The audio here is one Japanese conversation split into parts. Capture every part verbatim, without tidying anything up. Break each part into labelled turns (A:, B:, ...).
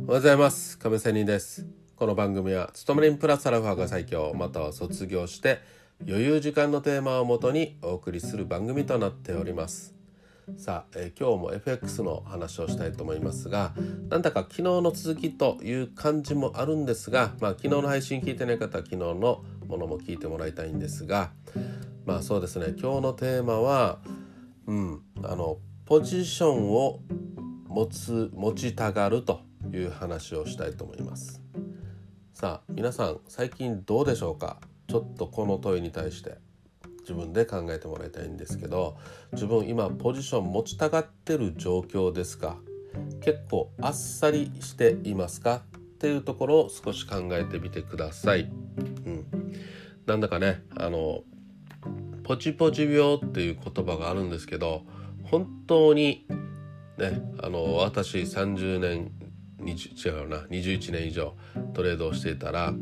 A: おはようございます。亀仙人です。この番組は勤め人プラスアルファが最強、または卒業して余裕時間のテーマをもとにお送りする番組となっております。さあ、えー、今日も エフエックス の話をしたいと思いますが、なんだか昨日の続きという感じもあるんですが、まあ、昨日の配信聞いてない方は昨日のものも聞いてもらいたいんですが、まあそうですね、今日のテーマは、うん、あのポジションを持つ持ちたがるという話をしたいと思います。さあ皆さん最近どうでしょうか。ちょっとこの問いに対して自分で考えてもらいたいんですけど、自分今ポジション持ちたがってる状況ですか、結構あっさりしていますかっていうところを少し考えてみてください。うん、なんだかね、あのポチポチ病っていう言葉があるんですけど、本当にね、あの私さんじゅうねん違うなにじゅういちねん以上トレードをしていたら、うん、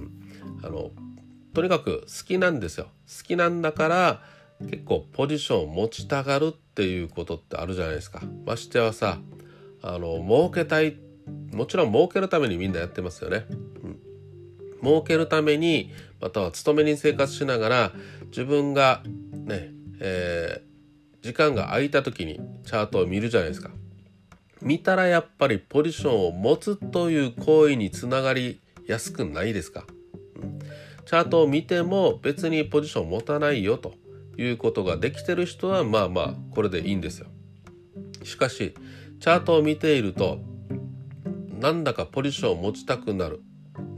A: あのとにかく好きなんですよ。好きなんだから結構ポジションを持ちたがるっていうことってあるじゃないですか。ましてはさ、あの儲けたい、もちろん儲けるためにみんなやってますよね。うん、儲けるために、または勤め人生活しながら自分がね、えー時間が空いた時にチャートを見るじゃないですか。見たらやっぱりポジションを持つという行為につながりやすくないですか。うん、チャートを見ても別にポジションを持たないよということができてる人はまあまあこれでいいんですよ。しかしチャートを見ているとなんだかポジションを持ちたくなる。うん、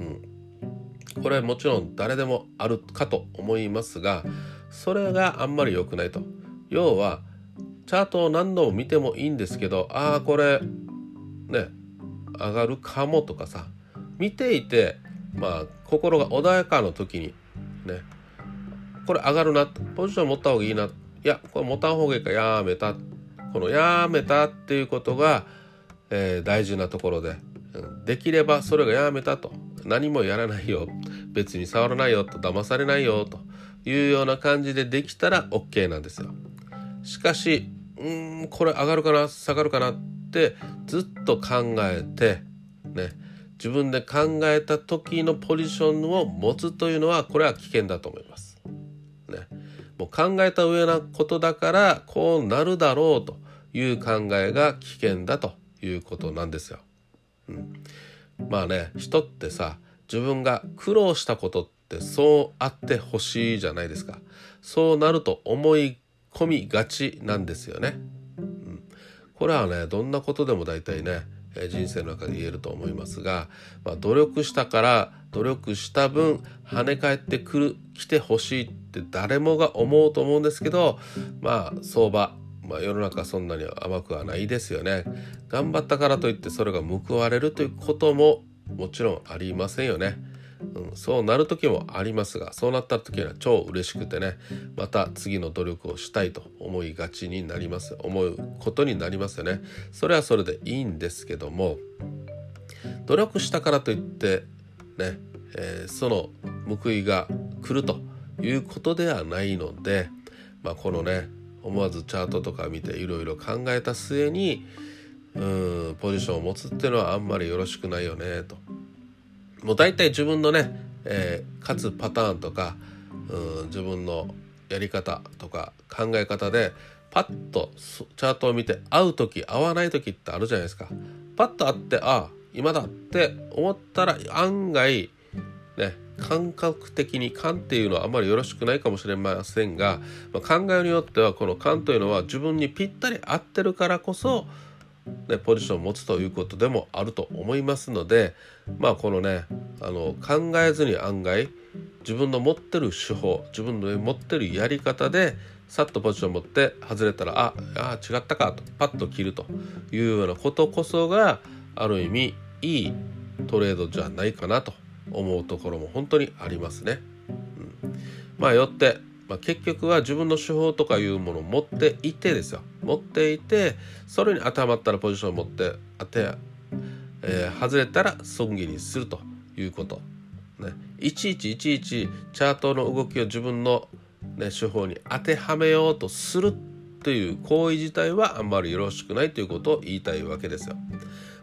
A: これはもちろん誰でもあるかと思いますが、それがあんまり良くないと。要はチャートを何度も見てもいいんですけど、ああこれね上がるかもとかさ、見ていてまあ心が穏やかな時にね、これ上がるな、ポジション持った方がいいな、いやこれ持たん方がいいからやめた、このやめたっていうことが、えー、大事なところで、できればそれがやめたと、何もやらないよ、別に触らないよと、騙されないよというような感じでできたら OK なんですよ。しかしうーんこれ上がるかな下がるかなってずっと考えてね、自分で考えた時のポジションを持つというのはこれは危険だと思います、ね、もう考えた上なことだからこうなるだろうという考えが危険だということなんですよ。うん、まあね、人ってさ、自分が苦労したことってそうあってほしいじゃないですか。そうなると思い込みがちなんですよね。うん、これはねどんなことでも大体ね、え人生の中で言えると思いますが、まあ、努力したから努力した分跳ね返ってくる来てほしいって誰もが思うと思うんですけど、まあ相場、まあ、世の中そんなに甘くはないですよね。頑張ったからといってそれが報われるということももちろんありませんよね。うん、そうなる時もありますが、そうなった時は超嬉しくてね、また次の努力をしたいと思いがちになります思うことになりますよね。それはそれでいいんですけども、努力したからといってね、えー、その報いが来るということではないので、まあ、このね思わずチャートとか見ていろいろ考えた末にうーんポジションを持つっていうのはあんまりよろしくないよねと。もう大体自分のね、えー、勝つパターンとか、うん、自分のやり方とか考え方でパッとチャートを見て合う時合わない時ってあるじゃないですか。パッと合ってああ今だって思ったら案外ね、感覚的に勘っていうのはあまりよろしくないかもしれませんが、まあ、考えによってはこの勘というのは自分にぴったり合ってるからこそね、ポジションを持つということでもあると思いますので、まあこのねあの考えずに案外自分の持ってる手法、自分の持ってるやり方でさっとポジションを持って外れたらああ違ったかとパッと切るというようなことこそがある意味いいトレードじゃないかなと思うところも本当にありますね。うん、まあよってまあ、結局は自分の手法とかいうものを持っていてですよ持っていてそれに当てはまったらポジションを持って当て、えー、外れたら損切りするということ、ね、いちいちいちいちチャートの動きを自分の、ね、手法に当てはめようとするという行為自体はあんまりよろしくないということを言いたいわけですよ。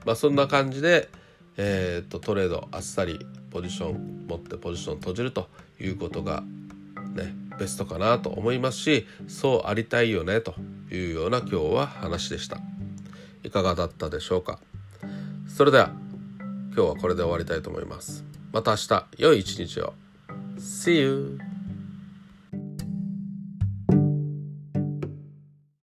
A: まあそんな感じで、えー、とトレードあっさりポジション持ってポジション閉じるということがねベストかなと思いますし、そうありたいよねというような今日は話でした。いかがだったでしょうか。それでは今日はこれで終わりたいと思います。また明日良い一日を。See you!